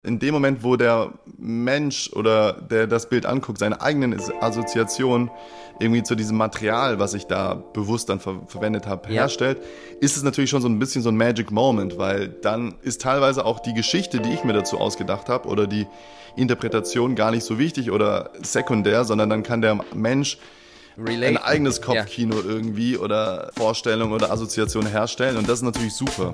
In dem Moment, wo der Mensch oder der das Bild anguckt, seine eigenen Assoziationen irgendwie zu diesem Material, was ich da bewusst dann verwendet habe, herstellt, ist es natürlich schon so ein bisschen so ein Magic Moment, weil dann ist teilweise auch die Geschichte, die ich mir dazu ausgedacht habe oder die Interpretation gar nicht so wichtig oder sekundär, sondern dann kann der Mensch ein eigenes Kopfkino irgendwie oder Vorstellung oder Assoziation herstellen und das ist natürlich super.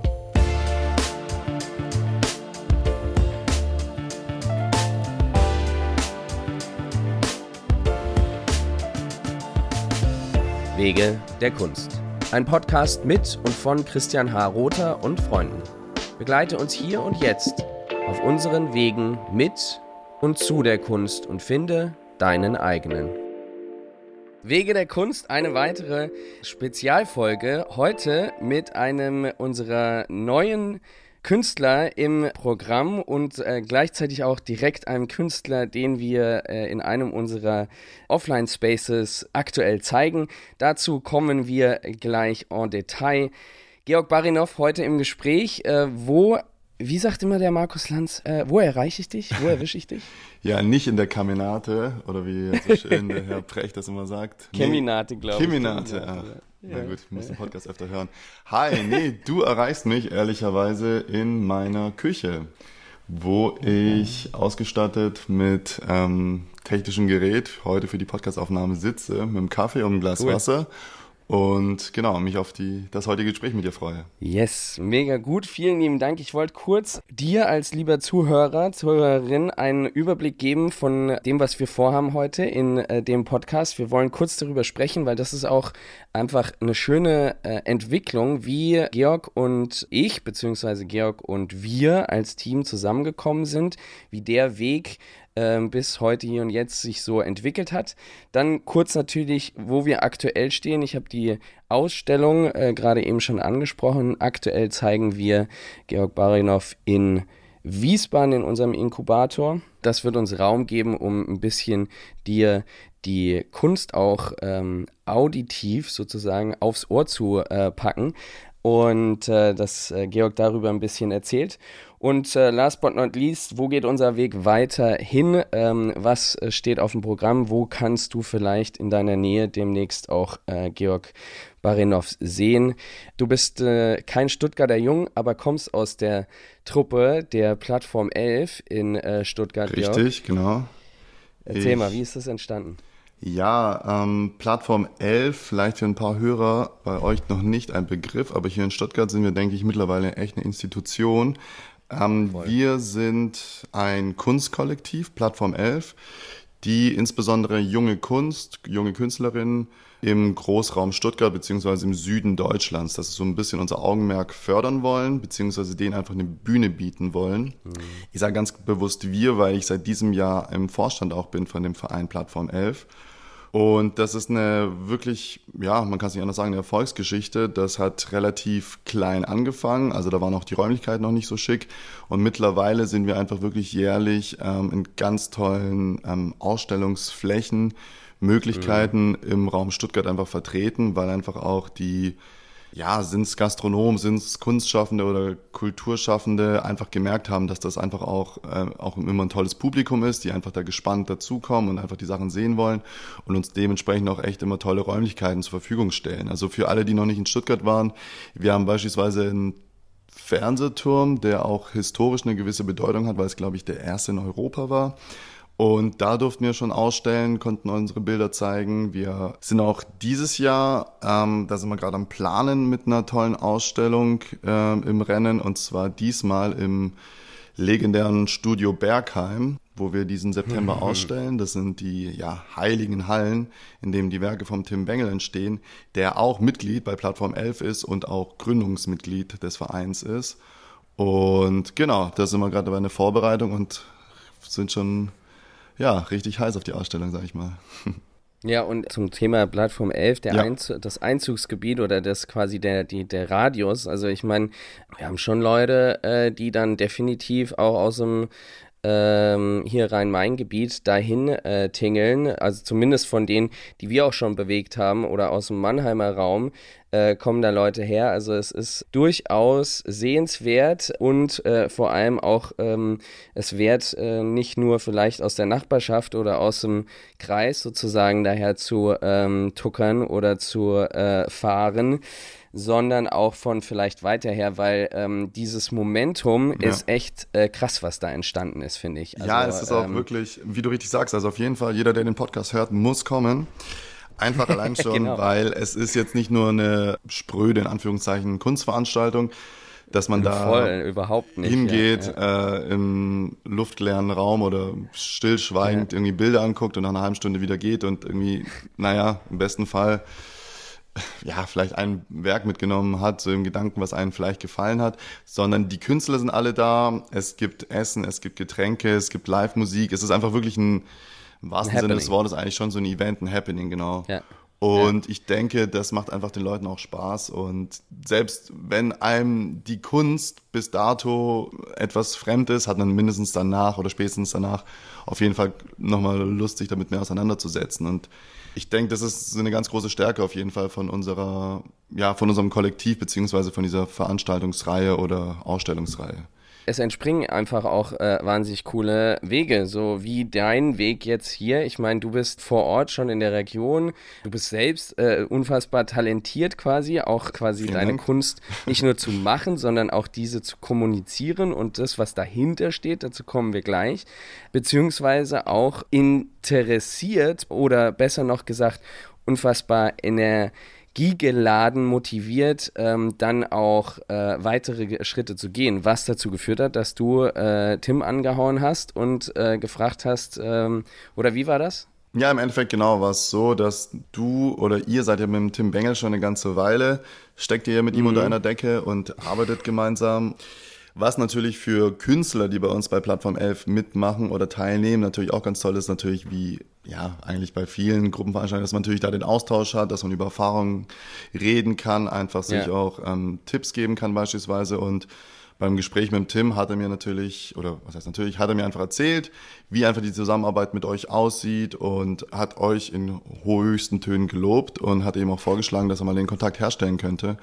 Wege der Kunst. Ein Podcast mit und von Christian H. Rother und Freunden. Begleite uns hier und jetzt auf unseren Wegen mit und zu der Kunst und finde deinen eigenen. Wege der Kunst, eine weitere Spezialfolge. Heute mit einem unserer neuen Künstler im Programm und gleichzeitig auch direkt einem Künstler, den wir in einem unserer Offline-Spaces aktuell zeigen. Dazu kommen wir gleich en Detail. Georg Barinov heute im Gespräch. Wie sagt immer der Markus Lanz, wo erreiche ich dich? Wo erwische ich dich? Ja, nicht in der Keminate, oder wie so schön der Herr Precht das immer sagt. Keminate, glaube ich. Keminate. Na gut, ich muss den Podcast öfter hören. Hi, du erreichst mich ehrlicherweise in meiner Küche, wo ich ausgestattet mit technischem Gerät heute für die Podcastaufnahme sitze, mit einem Kaffee und einem Glas Wasser. Und genau, mich auf das heutige Gespräch mit dir freue. Yes, mega gut. Vielen lieben Dank. Ich wollte kurz dir als lieber Zuhörerin einen Überblick geben von dem, was wir vorhaben heute in dem Podcast. Wir wollen kurz darüber sprechen, weil das ist auch einfach eine schöne Entwicklung, wie Georg und ich, beziehungsweise Georg und wir als Team zusammengekommen sind, wie der Weg bis heute hier und jetzt sich so entwickelt hat. Dann kurz natürlich, wo wir aktuell stehen. Ich habe die Ausstellung gerade eben schon angesprochen. Aktuell zeigen wir Georg Barinov in Wiesbaden in unserem Inkubator. Das wird uns Raum geben, um ein bisschen dir die Kunst auch auditiv sozusagen aufs Ohr zu packen. Und dass Georg darüber ein bisschen erzählt. Und last but not least, wo geht unser Weg weiter hin? Was steht auf dem Programm? Wo kannst du vielleicht in deiner Nähe demnächst auch Georg Barinov sehen? Du bist kein Stuttgarter Jung, aber kommst aus der Truppe der Plattform 11 in Stuttgart, Georg. Richtig, genau. Erzähl mal, wie ist das entstanden? Ja, Plattform 11, vielleicht für ein paar Hörer bei euch noch nicht ein Begriff, aber hier in Stuttgart sind wir, denke ich, mittlerweile echt eine Institution. Wir sind ein Kunstkollektiv, Plattform 11, die insbesondere junge Künstlerinnen im Großraum Stuttgart beziehungsweise im Süden Deutschlands, das ist so ein bisschen unser Augenmerk, fördern wollen, beziehungsweise denen einfach eine Bühne bieten wollen. Ich sage ganz bewusst wir, weil ich seit diesem Jahr im Vorstand auch bin von dem Verein Plattform 11. Und das ist eine wirklich, ja, man kann es nicht anders sagen, eine Erfolgsgeschichte. Das hat relativ klein angefangen, also da waren auch die Räumlichkeiten noch nicht so schick. Und mittlerweile sind wir einfach wirklich jährlich in ganz tollen Ausstellungsflächen, Möglichkeiten im Raum Stuttgart einfach vertreten, weil einfach auch sind es Gastronomen, sind es Kunstschaffende oder Kulturschaffende, einfach gemerkt haben, dass das einfach auch immer ein tolles Publikum ist, die einfach da gespannt dazukommen und einfach die Sachen sehen wollen und uns dementsprechend auch echt immer tolle Räumlichkeiten zur Verfügung stellen. Also für alle, die noch nicht in Stuttgart waren, wir haben beispielsweise einen Fernsehturm, der auch historisch eine gewisse Bedeutung hat, weil es, glaube ich, der erste in Europa war. Und da durften wir schon ausstellen, konnten unsere Bilder zeigen. Wir sind auch dieses Jahr, da sind wir gerade am Planen mit einer tollen Ausstellung im Rennen. Und zwar diesmal im legendären Studio Bergheim, wo wir diesen September ausstellen. Das sind die heiligen Hallen, in denen die Werke vom Tim Bengel entstehen, der auch Mitglied bei Plattform 11 ist und auch Gründungsmitglied des Vereins ist. Und genau, da sind wir gerade bei einer Vorbereitung und sind schon richtig heiß auf die Ausstellung, sag ich mal. Ja, und zum Thema Plattform 11, das Einzugsgebiet oder das quasi der Radius, also ich meine, wir haben schon Leute, die dann definitiv auch aus dem hier Rhein-Main-Gebiet dahin tingeln, also zumindest von denen, die wir auch schon bewegt haben oder aus dem Mannheimer Raum, kommen da Leute her. Also es ist durchaus sehenswert und vor allem auch es wert, nicht nur vielleicht aus der Nachbarschaft oder aus dem Kreis sozusagen daher zu tuckern oder zu fahren, sondern auch von vielleicht weiter her, weil dieses Momentum ist echt krass, was da entstanden ist, finde ich. Also, ja, es ist auch wirklich, wie du richtig sagst, also auf jeden Fall, jeder, der den Podcast hört, muss kommen. Einfach allein schon, genau. Weil es ist jetzt nicht nur eine spröde, in Anführungszeichen, Kunstveranstaltung, dass man da überhaupt nicht, hingeht, im luftleeren Raum oder stillschweigend irgendwie Bilder anguckt und nach einer halben Stunde wieder geht und irgendwie, naja, im besten Fall vielleicht ein Werk mitgenommen hat, so im Gedanken, was einem vielleicht gefallen hat, sondern die Künstler sind alle da, es gibt Essen, es gibt Getränke, es gibt Live-Musik, es ist einfach wirklich im wahrsten Sinne des Wortes eigentlich schon so ein Event, ein Happening, genau. Ja. Und ich denke, das macht einfach den Leuten auch Spaß und selbst wenn einem die Kunst bis dato etwas fremd ist, hat man mindestens danach oder spätestens danach auf jeden Fall nochmal Lust, sich damit mehr auseinanderzusetzen und ich denke, das ist so eine ganz große Stärke auf jeden Fall von unserem Kollektiv beziehungsweise von dieser Veranstaltungsreihe oder Ausstellungsreihe. Es entspringen einfach auch wahnsinnig coole Wege, so wie dein Weg jetzt hier. Ich meine, du bist vor Ort schon in der Region, du bist selbst unfassbar talentiert quasi, auch quasi deine Kunst nicht nur zu machen, sondern auch diese zu kommunizieren und das, was dahinter steht, dazu kommen wir gleich, beziehungsweise auch interessiert oder besser noch gesagt, unfassbar energiegeladen, motiviert, dann auch weitere Schritte zu gehen, was dazu geführt hat, dass du Tim angehauen hast und gefragt hast, oder wie war das? Ja, im Endeffekt genau war es so, dass du oder ihr seid ja mit dem Tim Bengel schon eine ganze Weile, steckt ihr ja mit ihm unter einer Decke und arbeitet gemeinsam. Was natürlich für Künstler, die bei uns bei Plattform 11 mitmachen oder teilnehmen, natürlich auch ganz toll ist, natürlich wie eigentlich bei vielen Gruppenveranstaltungen, dass man natürlich da den Austausch hat, dass man über Erfahrungen reden kann, einfach sich auch Tipps geben kann beispielsweise und beim Gespräch mit dem Tim hat er mir hat er mir einfach erzählt, wie einfach die Zusammenarbeit mit euch aussieht und hat euch in höchsten Tönen gelobt und hat eben auch vorgeschlagen, dass er mal den Kontakt herstellen könnte.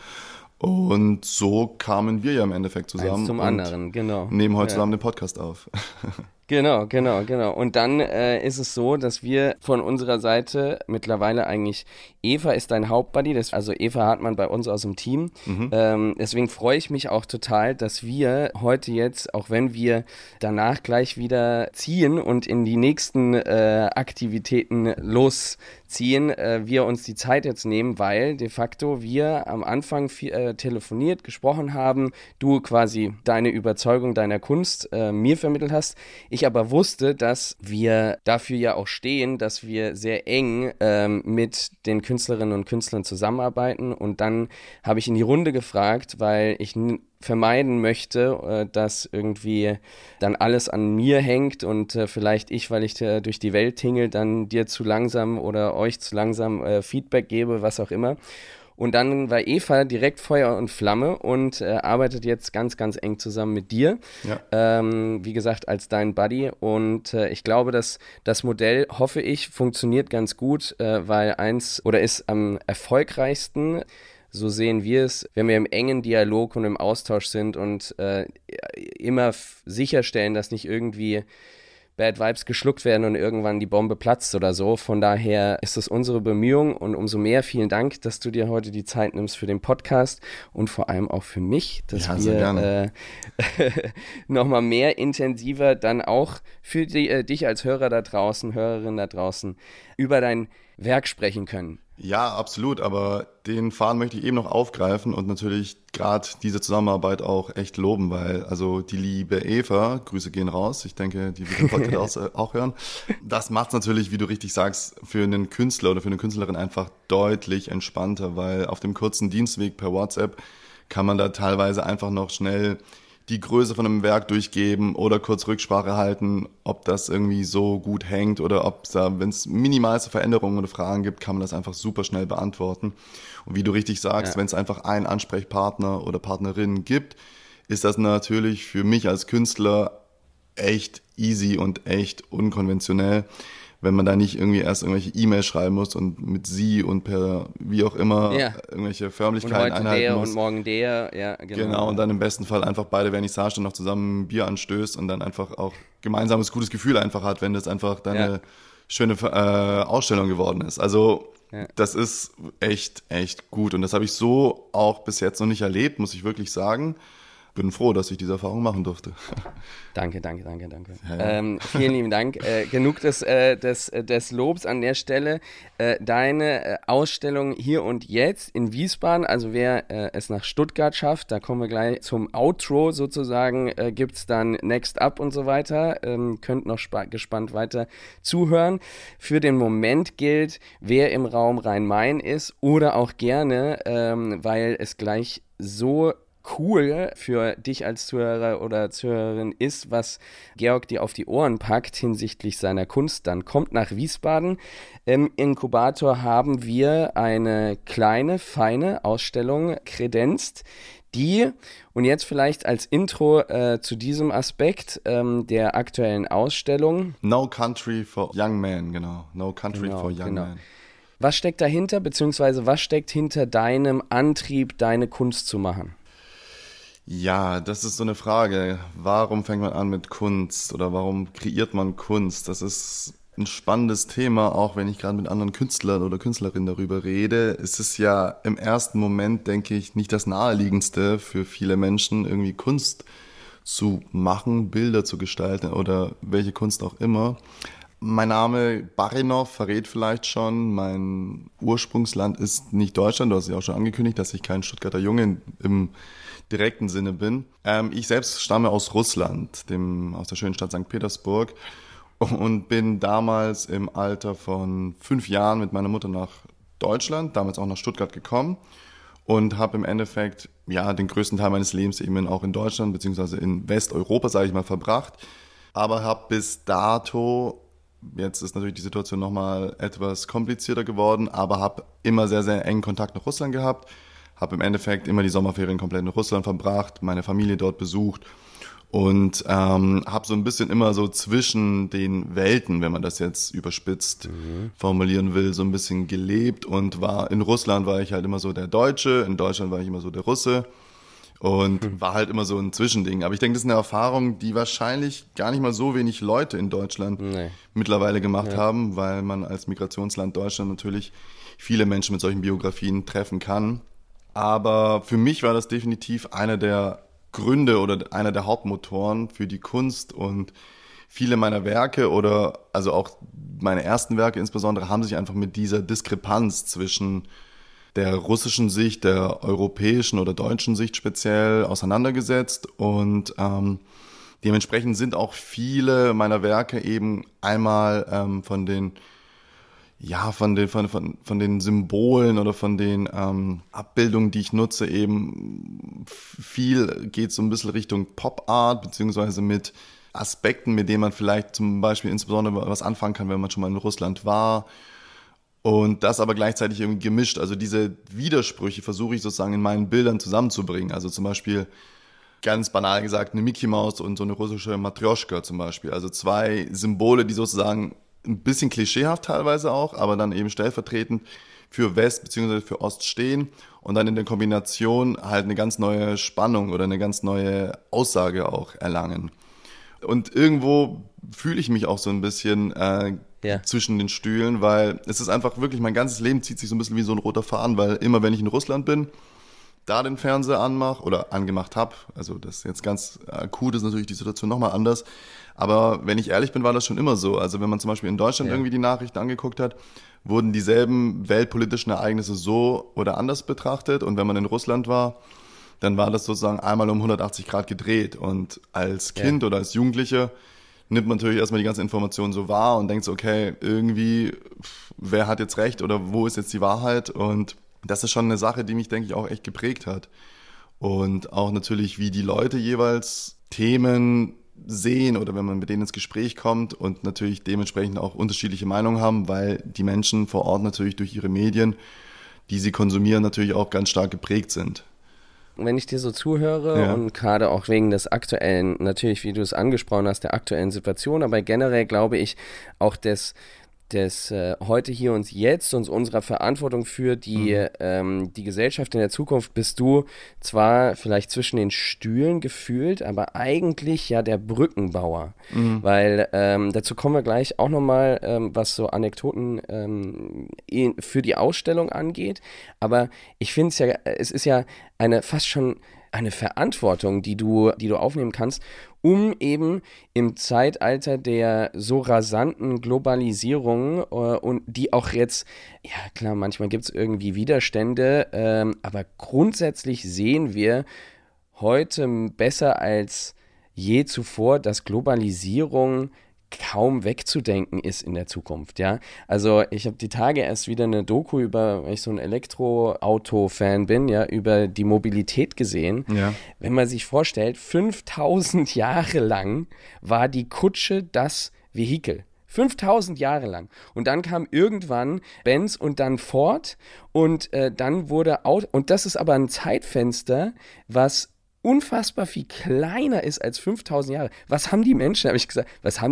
Und so kamen wir ja im Endeffekt zusammen. Eins zum anderen, genau. Nehmen heute zusammen den Podcast auf. Genau. Und dann ist es so, dass wir von unserer Seite mittlerweile eigentlich, Eva ist dein Hauptbuddy, also Eva Hartmann bei uns aus dem Team. Deswegen freue ich mich auch total, dass wir heute jetzt, auch wenn wir danach gleich wieder ziehen und in die nächsten Aktivitäten losziehen, wir uns die Zeit jetzt nehmen, weil de facto wir am Anfang telefoniert, gesprochen haben, du quasi deine Überzeugung deiner Kunst mir vermittelt hast. Ich aber wusste, dass wir dafür ja auch stehen, dass wir sehr eng mit den Künstlerinnen und Künstlern zusammenarbeiten. Und dann habe ich in die Runde gefragt, weil ich vermeiden möchte, dass irgendwie dann alles an mir hängt und vielleicht ich, weil ich durch die Welt tingel, dann dir zu langsam oder euch zu langsam Feedback gebe, was auch immer. Und dann war Eva direkt Feuer und Flamme und arbeitet jetzt ganz, ganz eng zusammen mit dir. Ja. Wie gesagt, als dein Buddy. Und ich glaube, dass das Modell, hoffe ich, funktioniert ganz gut, weil ist am erfolgreichsten. So sehen wir es, wenn wir im engen Dialog und im Austausch sind und immer sicherstellen, dass nicht irgendwie Bad Vibes geschluckt werden und irgendwann die Bombe platzt oder so. Von daher ist es unsere Bemühung und umso mehr vielen Dank, dass du dir heute die Zeit nimmst für den Podcast und vor allem auch für mich, dass wir nochmal mehr intensiver dann auch für dich als Hörer da draußen, Hörerin da draußen über dein Werk sprechen können. Ja, absolut, aber den Faden möchte ich eben noch aufgreifen und natürlich gerade diese Zusammenarbeit auch echt loben, weil also die liebe Eva, Grüße gehen raus, ich denke, die wird den Podcast auch hören, das macht es natürlich, wie du richtig sagst, für einen Künstler oder für eine Künstlerin einfach deutlich entspannter, weil auf dem kurzen Dienstweg per WhatsApp kann man da teilweise einfach noch schnell die Größe von einem Werk durchgeben oder kurz Rücksprache halten, ob das irgendwie so gut hängt oder ob es da, wenn es minimalste Veränderungen oder Fragen gibt, kann man das einfach super schnell beantworten. Und wie du richtig sagst, wenn es einfach einen Ansprechpartner oder Partnerin gibt, ist das natürlich für mich als Künstler echt easy und echt unkonventionell, wenn man da nicht irgendwie erst irgendwelche E-Mails schreiben muss und mit sie und per wie auch immer irgendwelche Förmlichkeiten und heute einhalten muss. Und morgen der, ja, genau. Genau, und dann im besten Fall einfach bei der Vernissage dann noch zusammen ein Bier anstößt und dann einfach auch gemeinsames gutes Gefühl einfach hat, wenn das einfach dann eine schöne Ausstellung geworden ist. Also das ist echt, echt gut und das habe ich so auch bis jetzt noch nicht erlebt, muss ich wirklich sagen. Bin froh, dass ich diese Erfahrung machen durfte. Danke. Ja. Vielen lieben Dank. Genug des Lobs an der Stelle. Deine Ausstellung hier und jetzt in Wiesbaden, also wer es nach Stuttgart schafft, da kommen wir gleich zum Outro sozusagen, gibt es dann Next Up und so weiter. Könnt noch gespannt weiter zuhören. Für den Moment gilt, wer im Raum Rhein-Main ist oder auch gerne, weil es gleich so cool für dich als Zuhörer oder Zuhörerin ist, was Georg dir auf die Ohren packt hinsichtlich seiner Kunst, dann kommt nach Wiesbaden. Im Inkubator haben wir eine kleine, feine Ausstellung kredenzt, die, und jetzt vielleicht als Intro zu diesem Aspekt der aktuellen Ausstellung. No Country for Young Men, genau. No Country for Young Men. Was steckt dahinter, beziehungsweise was steckt hinter deinem Antrieb, deine Kunst zu machen? Ja, das ist so eine Frage. Warum fängt man an mit Kunst oder warum kreiert man Kunst? Das ist ein spannendes Thema, auch wenn ich gerade mit anderen Künstlern oder Künstlerinnen darüber rede. Es ist ja im ersten Moment, denke ich, nicht das Naheliegendste für viele Menschen, irgendwie Kunst zu machen, Bilder zu gestalten oder welche Kunst auch immer. Mein Name Barinov verrät vielleicht schon, mein Ursprungsland ist nicht Deutschland. Du hast ja auch schon angekündigt, dass ich kein Stuttgarter Junge im direkten Sinne bin. Ich selbst stamme aus Russland, aus der schönen Stadt St. Petersburg und bin damals im Alter von 5 Jahren mit meiner Mutter nach Deutschland, damals auch nach Stuttgart gekommen und habe im Endeffekt den größten Teil meines Lebens eben auch in Deutschland beziehungsweise in Westeuropa, sage ich mal, verbracht. Aber habe bis dato, jetzt ist natürlich die Situation nochmal etwas komplizierter geworden, aber habe immer sehr, sehr engen Kontakt nach Russland gehabt. Habe im Endeffekt immer die Sommerferien komplett in Russland verbracht, meine Familie dort besucht und habe so ein bisschen immer so zwischen den Welten, wenn man das jetzt überspitzt formulieren will, so ein bisschen gelebt und in Russland war ich halt immer so der Deutsche, in Deutschland war ich immer so der Russe und war halt immer so ein Zwischending. Aber ich denke, das ist eine Erfahrung, die wahrscheinlich gar nicht mal so wenig Leute in Deutschland mittlerweile gemacht haben, weil man als Migrationsland Deutschland natürlich viele Menschen mit solchen Biografien treffen kann. Aber für mich war das definitiv einer der Gründe oder einer der Hauptmotoren für die Kunst und viele meiner Werke oder also auch meine ersten Werke insbesondere haben sich einfach mit dieser Diskrepanz zwischen der russischen Sicht, der europäischen oder deutschen Sicht speziell auseinandergesetzt und dementsprechend sind auch viele meiner Werke eben einmal von den Symbolen oder von den Abbildungen, die ich nutze, eben viel geht so ein bisschen Richtung Pop-Art, beziehungsweise mit Aspekten, mit denen man vielleicht zum Beispiel insbesondere was anfangen kann, wenn man schon mal in Russland war. Und das aber gleichzeitig irgendwie gemischt. Also diese Widersprüche versuche ich sozusagen in meinen Bildern zusammenzubringen. Also zum Beispiel, ganz banal gesagt, eine Mickey Maus und so eine russische Matrjoschka zum Beispiel. Also 2 Symbole, die sozusagen ein bisschen klischeehaft teilweise auch, aber dann eben stellvertretend für West bzw. für Ost stehen und dann in der Kombination halt eine ganz neue Spannung oder eine ganz neue Aussage auch erlangen. Und irgendwo fühle ich mich auch so ein bisschen zwischen den Stühlen, weil es ist einfach wirklich, mein ganzes Leben zieht sich so ein bisschen wie so ein roter Faden, weil immer wenn ich in Russland bin, da den Fernseher anmache oder angemacht habe, also das ist jetzt ganz akut, ist natürlich die Situation nochmal anders, aber wenn ich ehrlich bin, war das schon immer so. Also wenn man zum Beispiel in Deutschland irgendwie die Nachrichten angeguckt hat, wurden dieselben weltpolitischen Ereignisse so oder anders betrachtet und wenn man in Russland war, dann war das sozusagen einmal um 180 Grad gedreht und als Kind oder als Jugendlicher nimmt man natürlich erstmal die ganze Information so wahr und denkt so, okay, irgendwie, wer hat jetzt recht oder wo ist jetzt die Wahrheit? Und das ist schon eine Sache, die mich, denke ich, auch echt geprägt hat. Und auch natürlich, wie die Leute jeweils Themen sehen oder wenn man mit denen ins Gespräch kommt und natürlich dementsprechend auch unterschiedliche Meinungen haben, weil die Menschen vor Ort natürlich durch ihre Medien, die sie konsumieren, natürlich auch ganz stark geprägt sind. wenn ich dir so zuhöre und gerade auch wegen des aktuellen, natürlich, wie du es angesprochen hast, der aktuellen Situation, aber generell glaube ich auch des heute, hier und jetzt und unserer Verantwortung für die Gesellschaft in der Zukunft bist du zwar vielleicht zwischen den Stühlen gefühlt, aber eigentlich ja der Brückenbauer. Weil dazu kommen wir gleich auch nochmal, was so Anekdoten für die Ausstellung angeht. Aber ich finde es ist ja fast schon eine Verantwortung, die du aufnehmen kannst, um eben im Zeitalter der so rasanten Globalisierung und die auch jetzt, ja klar, manchmal gibt es irgendwie Widerstände, aber grundsätzlich sehen wir heute besser als je zuvor, dass Globalisierung kaum wegzudenken ist in der Zukunft, ja. Also ich habe die Tage erst wieder eine Doku weil ich so ein Elektroauto-Fan bin, ja, über die Mobilität gesehen. Ja. Wenn man sich vorstellt, 5000 Jahre lang war die Kutsche das Vehikel. 5000 Jahre lang. Und dann kam irgendwann Benz und dann Ford und dann wurde Auto. Und das ist aber ein Zeitfenster, was unfassbar viel kleiner ist als 5000 Jahre. Was haben die Menschen, habe ich gesagt,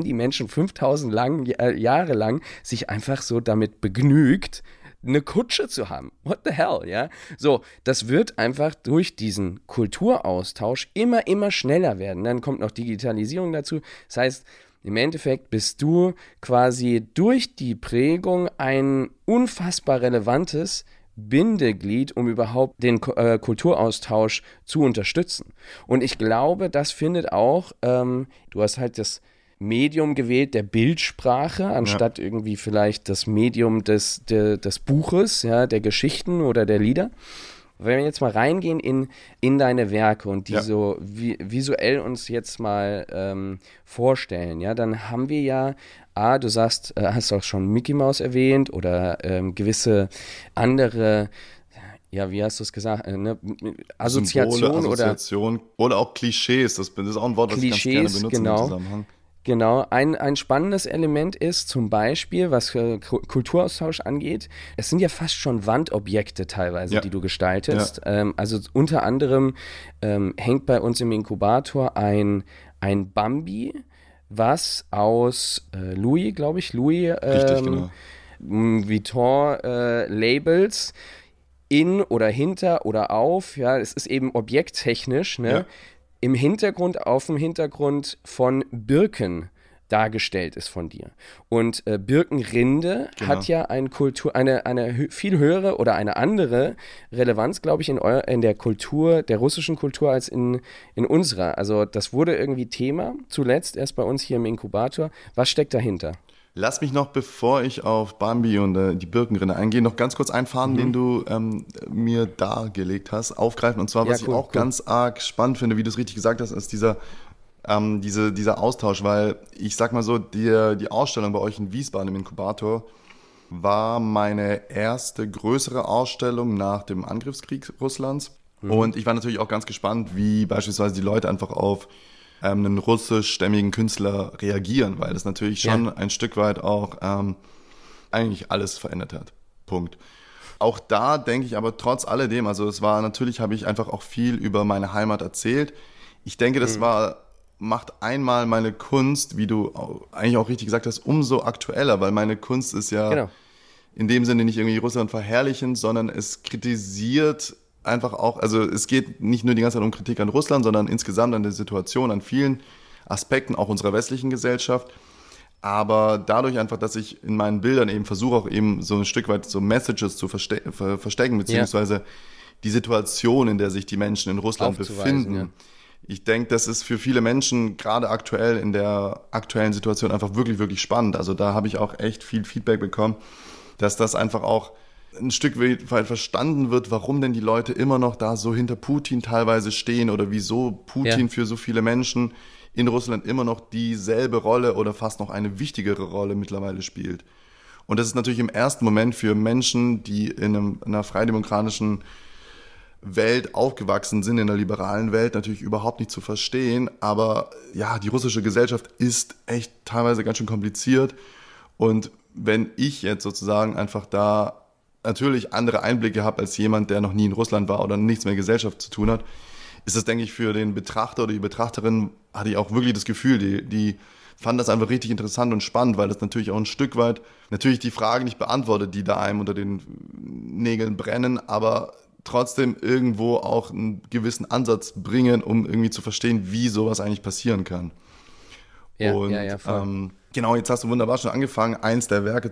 5000 Jahre lang sich einfach so damit begnügt, eine Kutsche zu haben? What the hell, ja? So, das wird einfach durch diesen Kulturaustausch immer schneller werden. Dann kommt noch Digitalisierung dazu. Das heißt, im Endeffekt bist du quasi durch die Prägung ein unfassbar relevantes Bindeglied, um überhaupt den Kulturaustausch zu unterstützen. Und ich glaube, das findet auch, du hast halt das Medium gewählt der Bildsprache, anstatt irgendwie vielleicht das Medium des Buches, ja, der Geschichten oder der Lieder. Wenn wir jetzt mal reingehen in deine Werke und die so visuell uns jetzt mal vorstellen, ja, dann haben wir ja, du sagst, hast auch schon Mickey Mouse erwähnt oder gewisse andere, ja, wie hast du es gesagt, Assoziation oder auch Klischees, das ist auch ein Wort, was ich ganz gerne benutze im Zusammenhang. Genau, ein spannendes Element ist zum Beispiel, was Kulturaustausch angeht, es sind ja fast schon Wandobjekte teilweise, die du gestaltest. Ja. Also unter anderem hängt bei uns im Inkubator ein Bambi, was aus Louis, Richtig, genau. Vuitton-Labels in oder hinter oder auf, ja, es ist eben objekttechnisch, ne? Ja. Auf dem Hintergrund von Birken dargestellt ist von dir. Und Birkenrinde hat ja eine viel höhere oder eine andere Relevanz, glaube ich, in der Kultur, der russischen Kultur als in unserer. Also das wurde irgendwie Thema, zuletzt erst bei uns hier im Inkubator. Was steckt dahinter? Lass mich noch, bevor ich auf Bambi und die Birkenrinde eingehe, noch ganz kurz einen Faden, den du mir dargelegt hast, aufgreifen. Und zwar, was ich auch ganz arg spannend finde, wie du es richtig gesagt hast, ist dieser Austausch. Weil ich sag mal so, die Ausstellung bei euch in Wiesbaden im Inkubator war meine erste größere Ausstellung nach dem Angriffskrieg Russlands. Und ich war natürlich auch ganz gespannt, wie beispielsweise die Leute einfach auf einen russischstämmigen Künstler reagieren, weil das natürlich schon ein Stück weit auch eigentlich alles verändert hat. Punkt. Auch da denke ich aber trotz alledem, also natürlich habe ich einfach auch viel über meine Heimat erzählt. Ich denke, das macht einmal meine Kunst, wie du eigentlich auch richtig gesagt hast, umso aktueller, weil meine Kunst ist ja in dem Sinne nicht irgendwie Russland verherrlichend, sondern es kritisiert einfach auch, also es geht nicht nur die ganze Zeit um Kritik an Russland, sondern insgesamt an der Situation, an vielen Aspekten auch unserer westlichen Gesellschaft. Aber dadurch einfach, dass ich in meinen Bildern eben versuche, auch eben so ein Stück weit so Messages zu verstecken, beziehungsweise die Situation, in der sich die Menschen in Russland befinden. Ja. Ich denke, das ist für viele Menschen gerade aktuell in der aktuellen Situation einfach wirklich, wirklich spannend. Also da habe ich auch echt viel Feedback bekommen, dass das einfach auch ein Stück weit verstanden wird, warum denn die Leute immer noch da so hinter Putin teilweise stehen oder wieso Putin für so viele Menschen in Russland immer noch dieselbe Rolle oder fast noch eine wichtigere Rolle mittlerweile spielt. Und das ist natürlich im ersten Moment für Menschen, die in einer freidemokratischen Welt aufgewachsen sind, in der liberalen Welt, natürlich überhaupt nicht zu verstehen. Aber ja, die russische Gesellschaft ist echt teilweise ganz schön kompliziert. Und wenn ich jetzt sozusagen einfach da natürlich andere Einblicke habe als jemand, der noch nie in Russland war oder nichts mit Gesellschaft zu tun hat, ist das, denke ich, für den Betrachter oder die Betrachterin, hatte ich auch wirklich das Gefühl, die fanden das einfach richtig interessant und spannend, weil das natürlich auch ein Stück weit natürlich die Fragen nicht beantwortet, die da einem unter den Nägeln brennen, aber trotzdem irgendwo auch einen gewissen Ansatz bringen, um irgendwie zu verstehen, wie sowas eigentlich passieren kann. Voll. Genau, jetzt hast du wunderbar schon angefangen, eins der Werke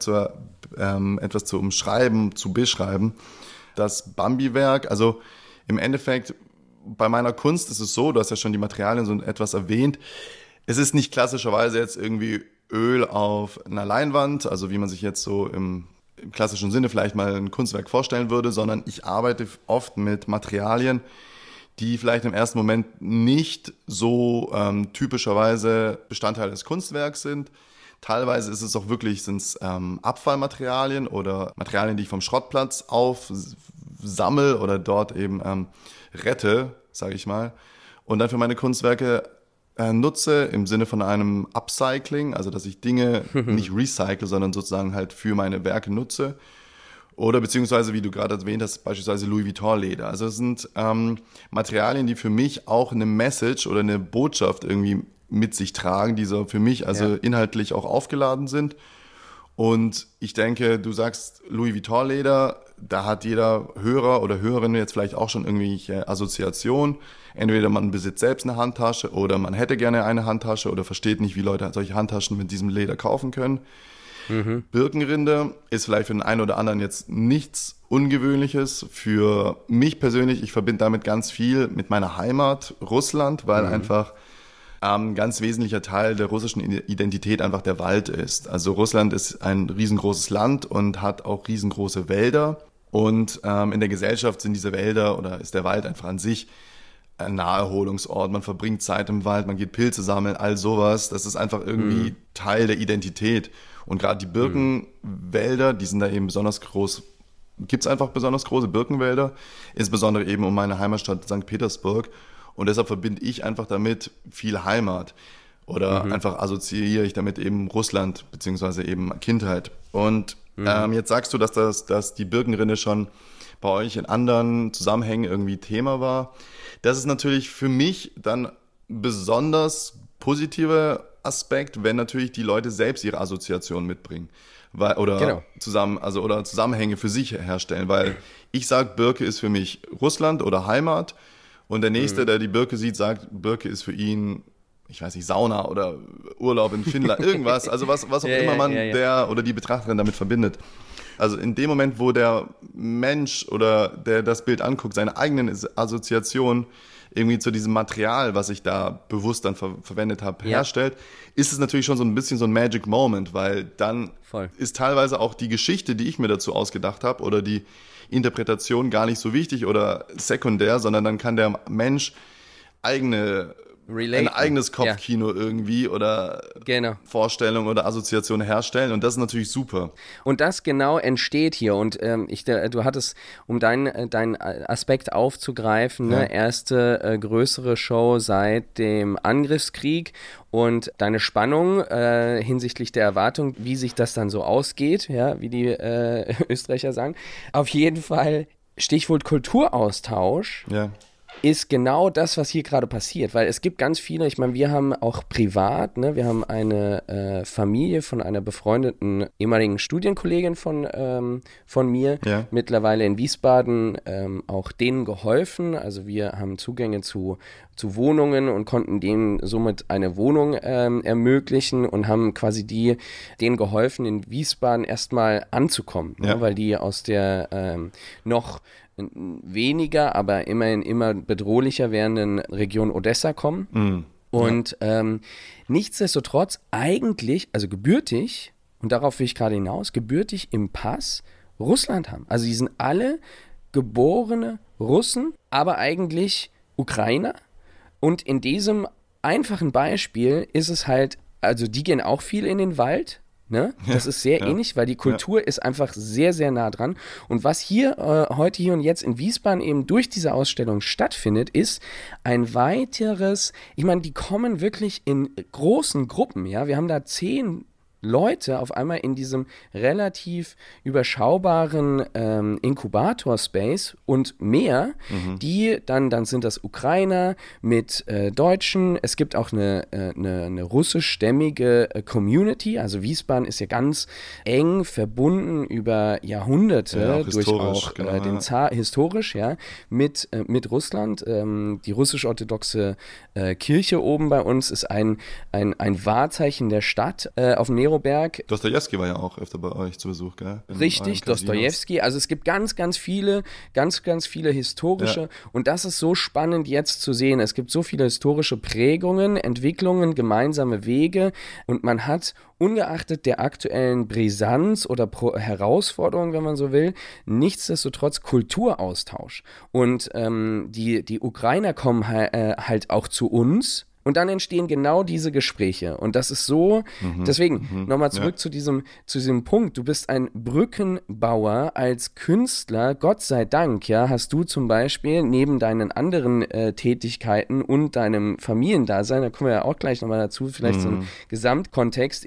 etwas zu umschreiben, zu beschreiben. Das Bambi-Werk, also im Endeffekt, bei meiner Kunst ist es so, du hast ja schon die Materialien so etwas erwähnt, es ist nicht klassischerweise jetzt irgendwie Öl auf einer Leinwand, also wie man sich jetzt so im klassischen Sinne vielleicht mal ein Kunstwerk vorstellen würde, sondern ich arbeite oft mit Materialien, die vielleicht im ersten Moment nicht so typischerweise Bestandteil des Kunstwerks sind. Teilweise ist es auch wirklich, Abfallmaterialien oder Materialien, die ich vom Schrottplatz aufsammel oder dort eben rette, sage ich mal. Und dann für meine Kunstwerke nutze im Sinne von einem Upcycling, also dass ich Dinge nicht recycle, sondern sozusagen halt für meine Werke nutze. Oder beziehungsweise, wie du gerade erwähnt hast, beispielsweise Louis Vuitton Leder. Also es sind Materialien, die für mich auch eine Message oder eine Botschaft irgendwie mit sich tragen, die so für mich also inhaltlich auch aufgeladen sind. Und ich denke, du sagst Louis Vuitton Leder, da hat jeder Hörer oder Hörerin jetzt vielleicht auch schon irgendwelche Assoziationen. Entweder man besitzt selbst eine Handtasche oder man hätte gerne eine Handtasche oder versteht nicht, wie Leute solche Handtaschen mit diesem Leder kaufen können. Mhm. Birkenrinde ist vielleicht für den einen oder anderen jetzt nichts Ungewöhnliches. Für mich persönlich, ich verbinde damit ganz viel mit meiner Heimat, Russland, weil einfach ein ganz wesentlicher Teil der russischen Identität einfach der Wald ist. Also Russland ist ein riesengroßes Land und hat auch riesengroße Wälder. Und in der Gesellschaft sind diese Wälder oder ist der Wald einfach an sich ein Naherholungsort. Man verbringt Zeit im Wald, man geht Pilze sammeln, all sowas. Das ist einfach irgendwie Teil der Identität. Und gerade die Birkenwälder, die sind da eben besonders groß. Gibt es einfach besonders große Birkenwälder, insbesondere eben um meine Heimatstadt St. Petersburg. Und deshalb verbinde ich einfach damit viel Heimat oder einfach assoziiere ich damit eben Russland beziehungsweise eben Kindheit. Und jetzt sagst du, dass die Birkenrinde schon bei euch in anderen Zusammenhängen irgendwie Thema war. Das ist natürlich für mich dann besonders positiver Aspekt, wenn natürlich die Leute selbst ihre Assoziationen mitbringen. Oder Zusammenhänge für sich herstellen. Weil ich sage, Birke ist für mich Russland oder Heimat. Und der Nächste, der die Birke sieht, sagt, Birke ist für ihn, ich weiß nicht, Sauna oder Urlaub in Finnland, irgendwas. Also was auch immer man der oder die Betrachterin damit verbindet. Also in dem Moment, wo der Mensch oder der das Bild anguckt, seine eigenen Assoziationen irgendwie zu diesem Material, was ich da bewusst dann verwendet habe, herstellt, ist es natürlich schon so ein bisschen so ein Magic Moment, weil dann ist teilweise auch die Geschichte, die ich mir dazu ausgedacht habe oder die Interpretation gar nicht so wichtig oder sekundär, sondern dann kann der Mensch ein eigenes Kopfkino irgendwie oder Vorstellung oder Assoziation herstellen und das ist natürlich super. Und das genau entsteht hier und du hattest, um deinen Aspekt aufzugreifen, ne, erste größere Show seit dem Angriffskrieg und deine Spannung hinsichtlich der Erwartung, wie sich das dann so ausgeht, ja, wie die Österreicher sagen. Auf jeden Fall Stichwort Kulturaustausch. Ja. Ist genau das, was hier gerade passiert, weil es gibt ganz viele, ich meine, wir haben auch privat, ne, wir haben eine Familie von einer befreundeten ehemaligen Studienkollegin von mir, mittlerweile in Wiesbaden, auch denen geholfen, also wir haben Zugänge zu Wohnungen und konnten denen somit eine Wohnung ermöglichen und haben quasi denen geholfen, in Wiesbaden erstmal anzukommen, ne, weil die aus der noch weniger, aber immerhin immer bedrohlicher werdenden Region Odessa kommen. Und nichtsdestotrotz eigentlich, also gebürtig, und darauf will ich gerade hinaus, gebürtig im Pass Russland haben. Also die sind alle geborene Russen, aber eigentlich Ukrainer. Und in diesem einfachen Beispiel ist es halt, also die gehen auch viel in den Wald, ne? Das ist sehr ähnlich, weil die Kultur ist einfach sehr, sehr nah dran. Und was hier heute, hier und jetzt in Wiesbaden eben durch diese Ausstellung stattfindet, ist ein weiteres, ich meine, die kommen wirklich in großen Gruppen, ja. Wir haben da 10 Leute auf einmal in diesem relativ überschaubaren Inkubator-Space und mehr, die dann sind das Ukrainer mit Deutschen. Es gibt auch eine russischstämmige Community. Also Wiesbaden ist ja ganz eng verbunden über Jahrhunderte durch auch den Zar, historisch, ja, mit Russland. Die russisch-orthodoxe Kirche oben bei uns ist ein Wahrzeichen der Stadt auf dem Neroberg. Dostojewski war ja auch öfter bei euch zu Besuch, gell? Richtig, Dostojewski. Also es gibt ganz viele historische und das ist so spannend jetzt zu sehen. Es gibt so viele historische Prägungen, Entwicklungen, gemeinsame Wege und man hat ungeachtet der aktuellen Brisanz oder Herausforderung, wenn man so will, nichtsdestotrotz Kulturaustausch. Und die Ukrainer kommen halt auch zu uns. Und dann entstehen genau diese Gespräche. Und das ist so, deswegen nochmal zurück zu diesem Punkt. Du bist ein Brückenbauer als Künstler. Gott sei Dank, ja, hast du zum Beispiel neben deinen anderen Tätigkeiten und deinem Familiendasein, da kommen wir ja auch gleich nochmal dazu, vielleicht so ein Gesamtkontext,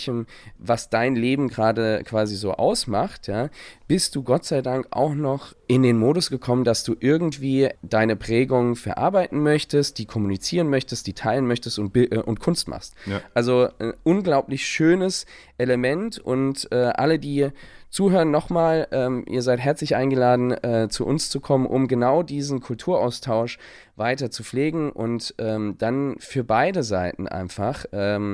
was dein Leben gerade quasi so ausmacht, ja, bist du Gott sei Dank auch noch in den Modus gekommen, dass du irgendwie deine Prägung verarbeiten möchtest, die kommunizieren möchtest, die teilen möchtest und Kunst machst. Ja. Also ein unglaublich schönes Element und alle, die zuhören, nochmal, ihr seid herzlich eingeladen, zu uns zu kommen, um genau diesen Kulturaustausch weiter zu pflegen und dann für beide Seiten einfach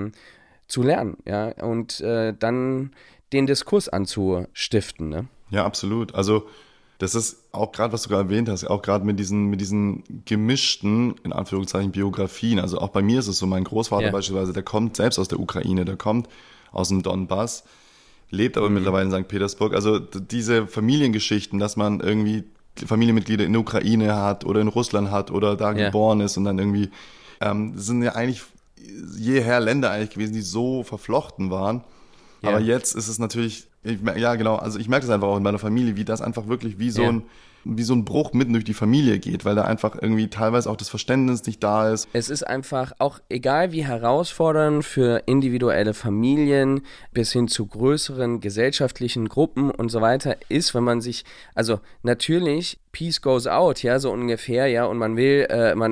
zu lernen, ja, und dann den Diskurs anzustiften, ne? Ja, absolut. Also das ist auch gerade, was du gerade erwähnt hast, auch gerade mit diesen gemischten, in Anführungszeichen, Biografien. Also auch bei mir ist es so, mein Großvater beispielsweise, der kommt selbst aus der Ukraine, der kommt aus dem Donbass, lebt aber mittlerweile in St. Petersburg. Also diese Familiengeschichten, dass man irgendwie Familienmitglieder in der Ukraine hat oder in Russland hat oder da geboren ist und dann irgendwie, sind ja eigentlich jeher Länder eigentlich gewesen, die so verflochten waren. Aber jetzt ist es natürlich, genau, also ich merke das einfach auch in meiner Familie, wie das einfach wirklich wie so ein Bruch mitten durch die Familie geht, weil da einfach irgendwie teilweise auch das Verständnis nicht da ist. Es ist einfach auch, egal wie herausfordernd für individuelle Familien bis hin zu größeren gesellschaftlichen Gruppen und so weiter ist, wenn man sich, also natürlich, Peace goes out, ja, so ungefähr, ja, und man will,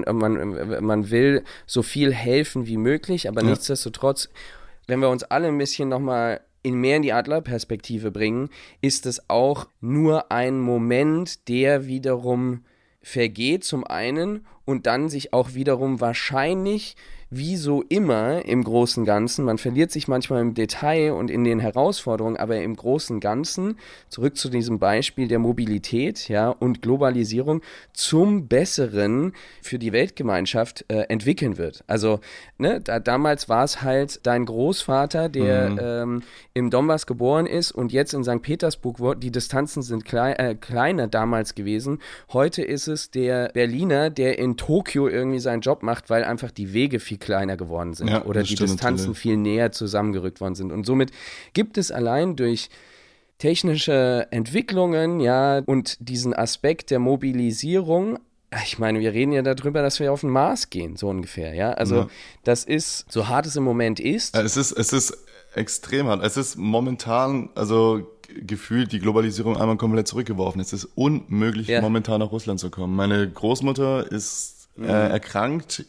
man will so viel helfen wie möglich, aber nichtsdestotrotz, wenn wir uns alle ein bisschen nochmal mehr in die Adlerperspektive bringen, ist es auch nur ein Moment, der wiederum vergeht zum einen und dann sich auch wiederum wahrscheinlich, wie so immer im großen Ganzen, man verliert sich manchmal im Detail und in den Herausforderungen, aber im großen Ganzen, zurück zu diesem Beispiel der Mobilität, ja, und Globalisierung zum Besseren für die Weltgemeinschaft entwickeln wird. Also, ne, damals war es halt dein Großvater, der im Donbass geboren ist und jetzt in St. Petersburg wurde. Die Distanzen sind kleiner damals gewesen. Heute ist es der Berliner, der in Tokio irgendwie seinen Job macht, weil einfach die Wege viel kleiner geworden sind oder die Distanzen natürlich viel näher zusammengerückt worden sind. Und somit gibt es allein durch technische Entwicklungen, ja, und diesen Aspekt der Mobilisierung, ich meine, wir reden ja darüber, dass wir auf den Mars gehen, so ungefähr, ja. Also das ist, so hart es im Moment ist. Es ist extrem hart. Es ist momentan, also gefühlt die Globalisierung einmal komplett zurückgeworfen. Es ist unmöglich, momentan nach Russland zu kommen. Meine Großmutter ist erkrankt.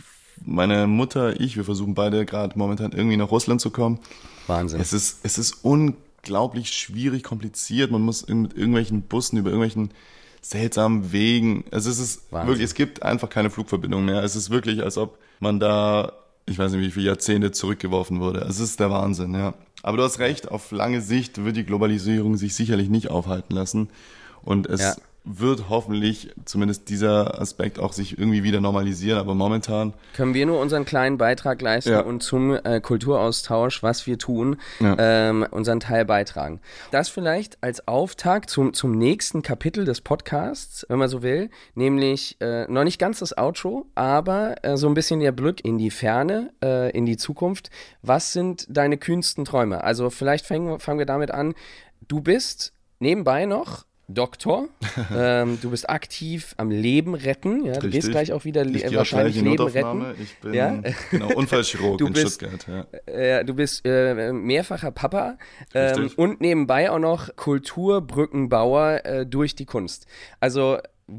Meine Mutter, wir versuchen beide gerade momentan irgendwie nach Russland zu kommen. Wahnsinn. Es ist unglaublich schwierig, kompliziert. Man muss mit irgendwelchen Bussen über irgendwelchen seltsamen Wegen. Es ist wirklich, es gibt einfach keine Flugverbindung mehr. Es ist wirklich, als ob man da, ich weiß nicht, wie viele Jahrzehnte zurückgeworfen wurde. Es ist der Wahnsinn, ja. Aber du hast recht, auf lange Sicht wird die Globalisierung sich sicherlich nicht aufhalten lassen. Und es wird hoffentlich zumindest dieser Aspekt auch sich irgendwie wieder normalisieren, aber momentan können wir nur unseren kleinen Beitrag leisten und zum Kulturaustausch, was wir tun, unseren Teil beitragen. Das vielleicht als Auftakt zum nächsten Kapitel des Podcasts, wenn man so will, nämlich noch nicht ganz das Outro, aber so ein bisschen der Blick in die Ferne, in die Zukunft. Was sind deine kühnsten Träume? Also vielleicht fangen wir damit an. Du bist nebenbei noch Doktor. Du bist aktiv am Leben retten. Ja? Du gehst gleich auch wieder wahrscheinlich Leben retten. Ich bin Unfallchirurg in Stuttgart. Ja. Du bist mehrfacher Papa und nebenbei auch noch Kulturbrückenbauer durch die Kunst. Also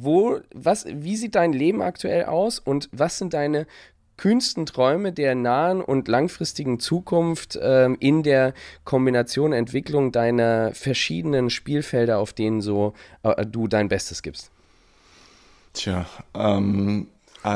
wie sieht dein Leben aktuell aus und was sind deine kühnsten Träume der nahen und langfristigen Zukunft in der Kombination Entwicklung deiner verschiedenen Spielfelder, auf denen du dein Bestes gibst? Tja, gar nicht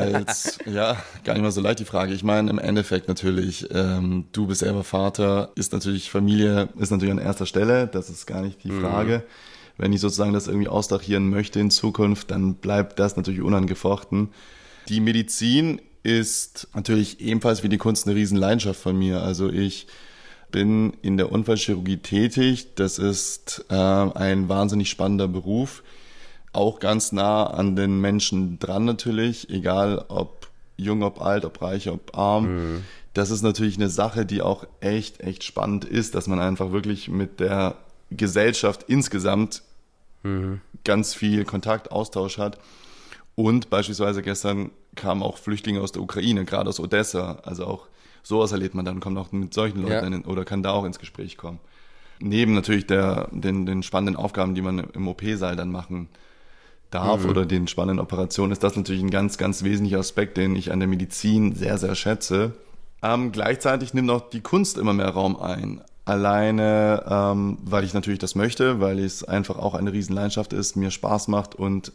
mal so leicht die Frage. Ich meine, im Endeffekt natürlich, du bist selber Vater, Familie ist natürlich an erster Stelle, das ist gar nicht die Frage. Wenn ich sozusagen das irgendwie austarieren möchte in Zukunft, dann bleibt das natürlich unangefochten. Die Medizin ist natürlich ebenfalls wie die Kunst eine Riesenleidenschaft von mir. Also ich bin in der Unfallchirurgie tätig. Das ist ein wahnsinnig spannender Beruf. Auch ganz nah an den Menschen dran natürlich, egal ob jung, ob alt, ob reich, ob arm. Das ist natürlich eine Sache, die auch echt spannend ist, dass man einfach wirklich mit der Gesellschaft insgesamt ganz viel Kontakt, Austausch hat. Und beispielsweise gestern kamen auch Flüchtlinge aus der Ukraine, gerade aus Odessa. Also auch sowas erlebt man dann, kommt auch mit solchen Leuten oder kann da auch ins Gespräch kommen. Neben natürlich den spannenden Aufgaben, die man im OP-Saal dann machen darf oder den spannenden Operationen, ist das natürlich ein ganz, ganz wesentlicher Aspekt, den ich an der Medizin sehr, sehr schätze. Gleichzeitig nimmt auch die Kunst immer mehr Raum ein. Alleine, weil ich natürlich das möchte, weil es einfach auch eine Riesenleidenschaft ist, mir Spaß macht und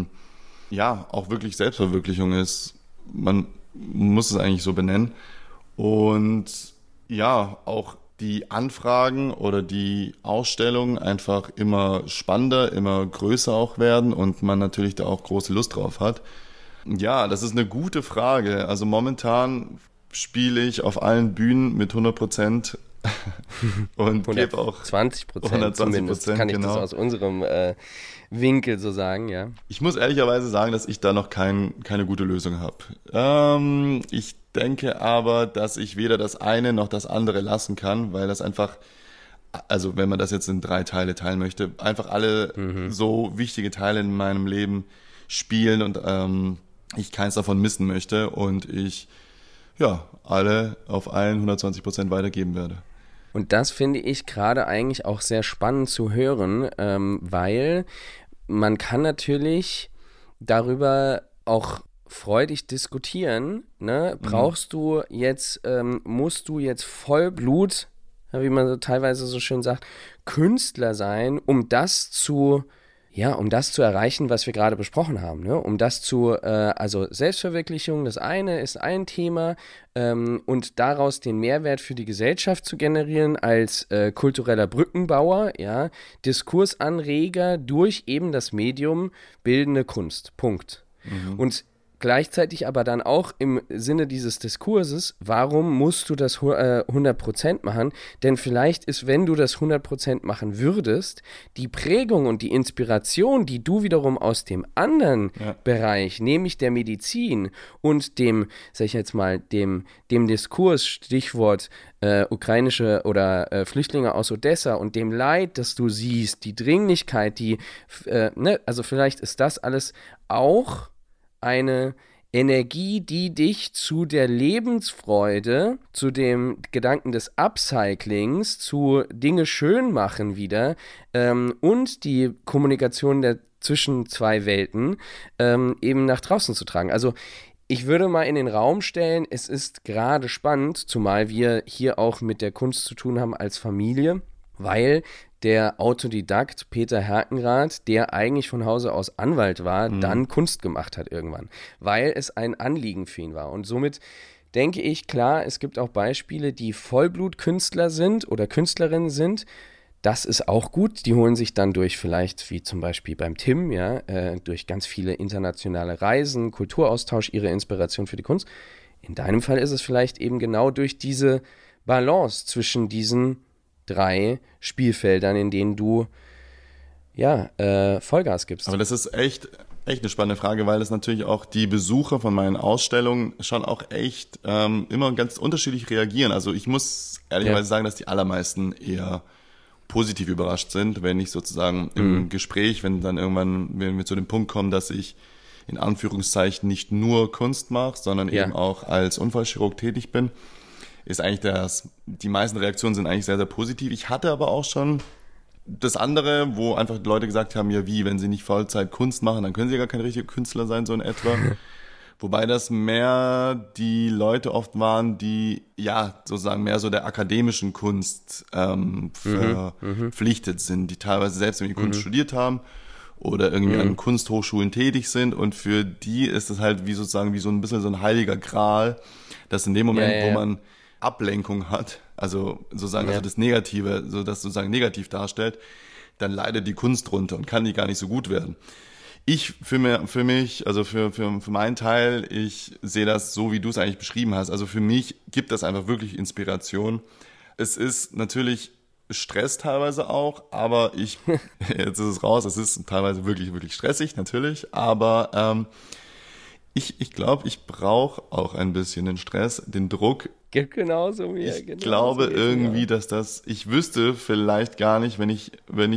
auch wirklich Selbstverwirklichung ist. Man muss es eigentlich so benennen. Und ja, auch die Anfragen oder die Ausstellungen einfach immer spannender, immer größer auch werden und man natürlich da auch große Lust drauf hat. Ja, das ist eine gute Frage. Also momentan spiele ich auf allen Bühnen mit 100% und gebe auch 120% zumindest, kann ich das aus unserem Winkel so sagen, ja. Ich muss ehrlicherweise sagen, dass ich da noch keine gute Lösung habe. Ich denke aber, dass ich weder das eine noch das andere lassen kann, weil das einfach, also wenn man das jetzt in 3 Teile teilen möchte, einfach alle so wichtige Teile in meinem Leben spielen und ich keins davon missen möchte und ich alle auf allen 120% weitergeben werde. Und das finde ich gerade eigentlich auch sehr spannend zu hören, weil man kann natürlich darüber auch freudig diskutieren, ne? Musst du jetzt Vollblut, wie man so teilweise so schön sagt, Künstler sein, um das zu erreichen, was wir gerade besprochen haben, ne? Also Selbstverwirklichung, das eine ist ein Thema, und daraus den Mehrwert für die Gesellschaft zu generieren als kultureller Brückenbauer, ja, Diskursanreger durch eben das Medium bildende Kunst. Punkt. Und gleichzeitig aber dann auch im Sinne dieses Diskurses, warum musst du das 100% machen? Denn vielleicht ist, wenn du das 100% machen würdest, die Prägung und die Inspiration, die du wiederum aus dem anderen Bereich, nämlich der Medizin und dem Diskurs, Stichwort ukrainische oder Flüchtlinge aus Odessa und dem Leid, das du siehst, die Dringlichkeit, also vielleicht ist das alles auch eine Energie, die dich zu der Lebensfreude, zu dem Gedanken des Upcyclings, zu Dinge schön machen wieder und die Kommunikation zwischen 2 Welten eben nach draußen zu tragen. Also ich würde mal in den Raum stellen, es ist gerade spannend, zumal wir hier auch mit der Kunst zu tun haben als Familie, weil der Autodidakt Peter Herkenrath, der eigentlich von Hause aus Anwalt war, dann Kunst gemacht hat irgendwann, weil es ein Anliegen für ihn war. Und somit denke ich, klar, es gibt auch Beispiele, die Vollblutkünstler sind oder Künstlerinnen sind. Das ist auch gut. Die holen sich dann durch vielleicht, wie zum Beispiel beim Tim, durch ganz viele internationale Reisen, Kulturaustausch, ihre Inspiration für die Kunst. In deinem Fall ist es vielleicht eben genau durch diese Balance zwischen diesen 3 Spielfeldern, in denen du Vollgas gibst. Aber das ist echt eine spannende Frage, weil es natürlich auch die Besucher von meinen Ausstellungen schon auch echt immer ganz unterschiedlich reagieren. Also ich muss ehrlicherweise sagen, dass die allermeisten eher positiv überrascht sind, wenn ich sozusagen im Gespräch, wenn wir zu dem Punkt kommen, dass ich in Anführungszeichen nicht nur Kunst mache, sondern eben auch als Unfallchirurg tätig bin, ist eigentlich die meisten Reaktionen sind eigentlich sehr, sehr positiv. Ich hatte aber auch schon das andere, wo einfach die Leute gesagt haben, ja wie, wenn sie nicht Vollzeit Kunst machen, dann können sie ja gar kein richtiger Künstler sein, so in etwa. Wobei das mehr die Leute oft waren, die ja sozusagen mehr so der akademischen Kunst verpflichtet sind, die teilweise selbst irgendwie Kunst studiert haben oder irgendwie an Kunsthochschulen tätig sind, und für die ist es halt wie sozusagen wie so ein bisschen so ein heiliger Gral, dass in dem Moment, wo man Ablenkung hat, also sozusagen also das Negative, so das sozusagen negativ darstellt, dann leidet die Kunst drunter und kann die gar nicht so gut werden. Ich für mich, also für meinen Teil, ich sehe das so, wie du es eigentlich beschrieben hast. Also für mich gibt das einfach wirklich Inspiration. Es ist natürlich Stress teilweise auch, aber jetzt ist es raus, es ist teilweise wirklich, wirklich stressig, natürlich, aber ich glaube, ich brauche auch ein bisschen den Stress, den Druck. Geht genauso mir. Ich glaube irgendwie, dass ich wüsste vielleicht gar nicht, wenn ich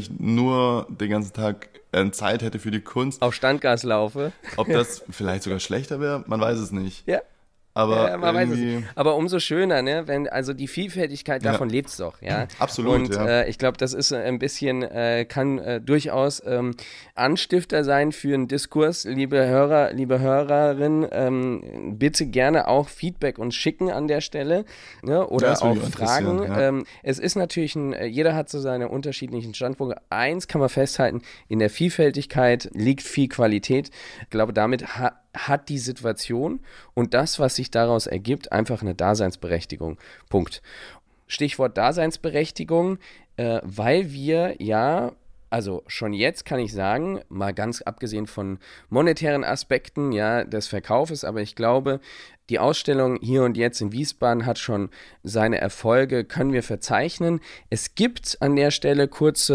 nur den ganzen Tag Zeit hätte für die Kunst. Auf Standgas laufe. Ob das vielleicht sogar schlechter wäre, man weiß es nicht. Ja. Aber man weiß es. Aber umso schöner, ne? Wenn also die Vielfältigkeit davon lebt's doch, ja. Absolut. Und ich glaube, das ist ein bisschen kann durchaus Anstifter sein für einen Diskurs, liebe Hörer, liebe Hörerinnen. Bitte gerne auch Feedback uns schicken an der Stelle, ne? Oder auch Fragen. Ja. Es ist natürlich jeder hat so seine unterschiedlichen Standpunkte. Eins kann man festhalten: In der Vielfältigkeit liegt viel Qualität. Ich glaube, damit hat die Situation und das, was sich daraus ergibt, einfach eine Daseinsberechtigung. Punkt. Stichwort Daseinsberechtigung, weil wir also schon jetzt kann ich sagen, mal ganz abgesehen von monetären Aspekten, des Verkaufes, aber ich glaube, die Ausstellung hier und jetzt in Wiesbaden hat schon seine Erfolge, können wir verzeichnen. Es gibt an der Stelle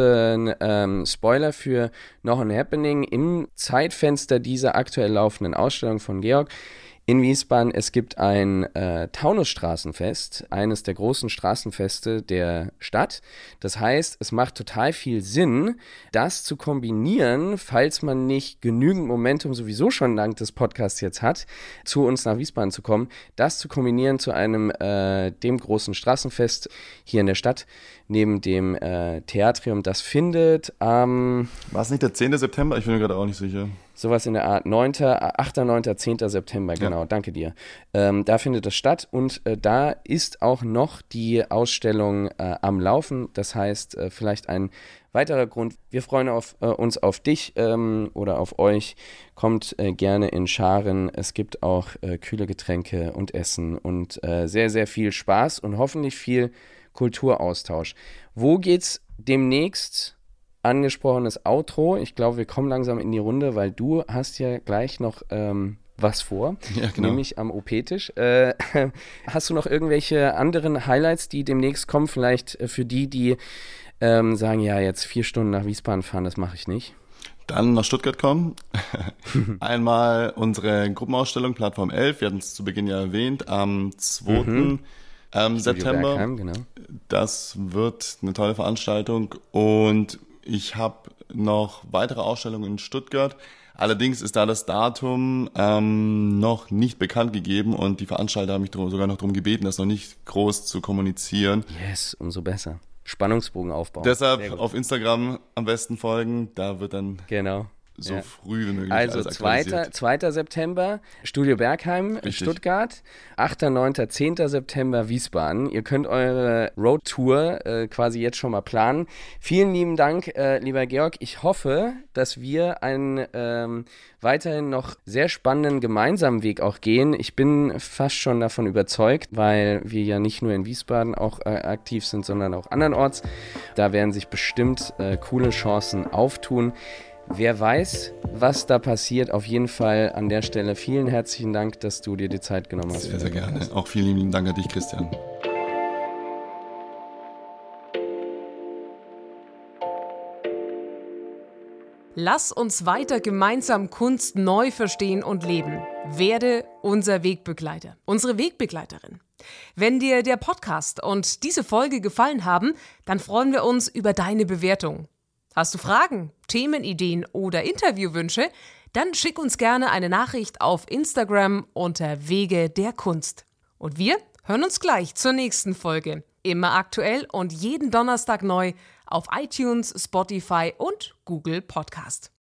kurzen Spoiler für noch ein Happening im Zeitfenster dieser aktuell laufenden Ausstellung von Georg in Wiesbaden. Es gibt ein Taunusstraßenfest, eines der großen Straßenfeste der Stadt. Das heißt, es macht total viel Sinn, das zu kombinieren, falls man nicht genügend Momentum sowieso schon dank des Podcasts jetzt hat, zu uns nach Wiesbaden zu kommen, das zu kombinieren zu einem dem großen Straßenfest hier in der Stadt, neben dem Theatrium. Das findet am... War es nicht der 10. September? Ich bin mir gerade auch nicht sicher. Sowas in der Art, 8., 9., 10. September, genau, danke dir. Da findet das statt und da ist auch noch die Ausstellung am Laufen. Das heißt, vielleicht ein weiterer Grund, wir freuen uns auf dich oder auf euch. Kommt gerne in Scharen. Es gibt auch kühle Getränke und Essen und sehr, sehr viel Spaß und hoffentlich viel Kulturaustausch. Wo geht's demnächst? Angesprochenes Outro. Ich glaube, wir kommen langsam in die Runde, weil du hast ja gleich noch was vor, nämlich am OP-Tisch. Hast du noch irgendwelche anderen Highlights, die demnächst kommen? Vielleicht für die sagen, ja, jetzt 4 Stunden nach Wiesbaden fahren, das mache ich nicht. Dann nach Stuttgart kommen. Einmal unsere Gruppenausstellung Plattform 11, wir hatten es zu Beginn ja erwähnt, am 2. September. Bergheim, genau. Das wird eine tolle Veranstaltung und ich habe noch weitere Ausstellungen in Stuttgart. Allerdings ist da das Datum noch nicht bekannt gegeben und die Veranstalter haben mich sogar noch darum gebeten, das noch nicht groß zu kommunizieren. Yes, umso besser. Spannungsbogen aufbauen. Deshalb auf Instagram am besten folgen, da wird dann so früh wie möglich also alles aktualisiert. 2. September Studio Bergheim, Richtig. Stuttgart, 8., 9., 10. September Wiesbaden. Ihr könnt eure Roadtour quasi jetzt schon mal planen. Vielen lieben Dank, lieber Georg. Ich hoffe, dass wir einen weiterhin noch sehr spannenden gemeinsamen Weg auch gehen. Ich bin fast schon davon überzeugt, weil wir ja nicht nur in Wiesbaden auch aktiv sind, sondern auch andernorts. Da werden sich bestimmt coole Chancen auftun. Wer weiß, was da passiert, auf jeden Fall an der Stelle vielen herzlichen Dank, dass du dir die Zeit genommen hast. Sehr, sehr gerne. Auch vielen lieben Dank an dich, Christian. Lass uns weiter gemeinsam Kunst neu verstehen und leben. Werde unser Wegbegleiter, unsere Wegbegleiterin. Wenn dir der Podcast und diese Folge gefallen haben, dann freuen wir uns über deine Bewertung. Hast du Fragen, Themenideen oder Interviewwünsche? Dann schick uns gerne eine Nachricht auf Instagram unter Wege der Kunst. Und wir hören uns gleich zur nächsten Folge. Immer aktuell und jeden Donnerstag neu auf iTunes, Spotify und Google Podcast.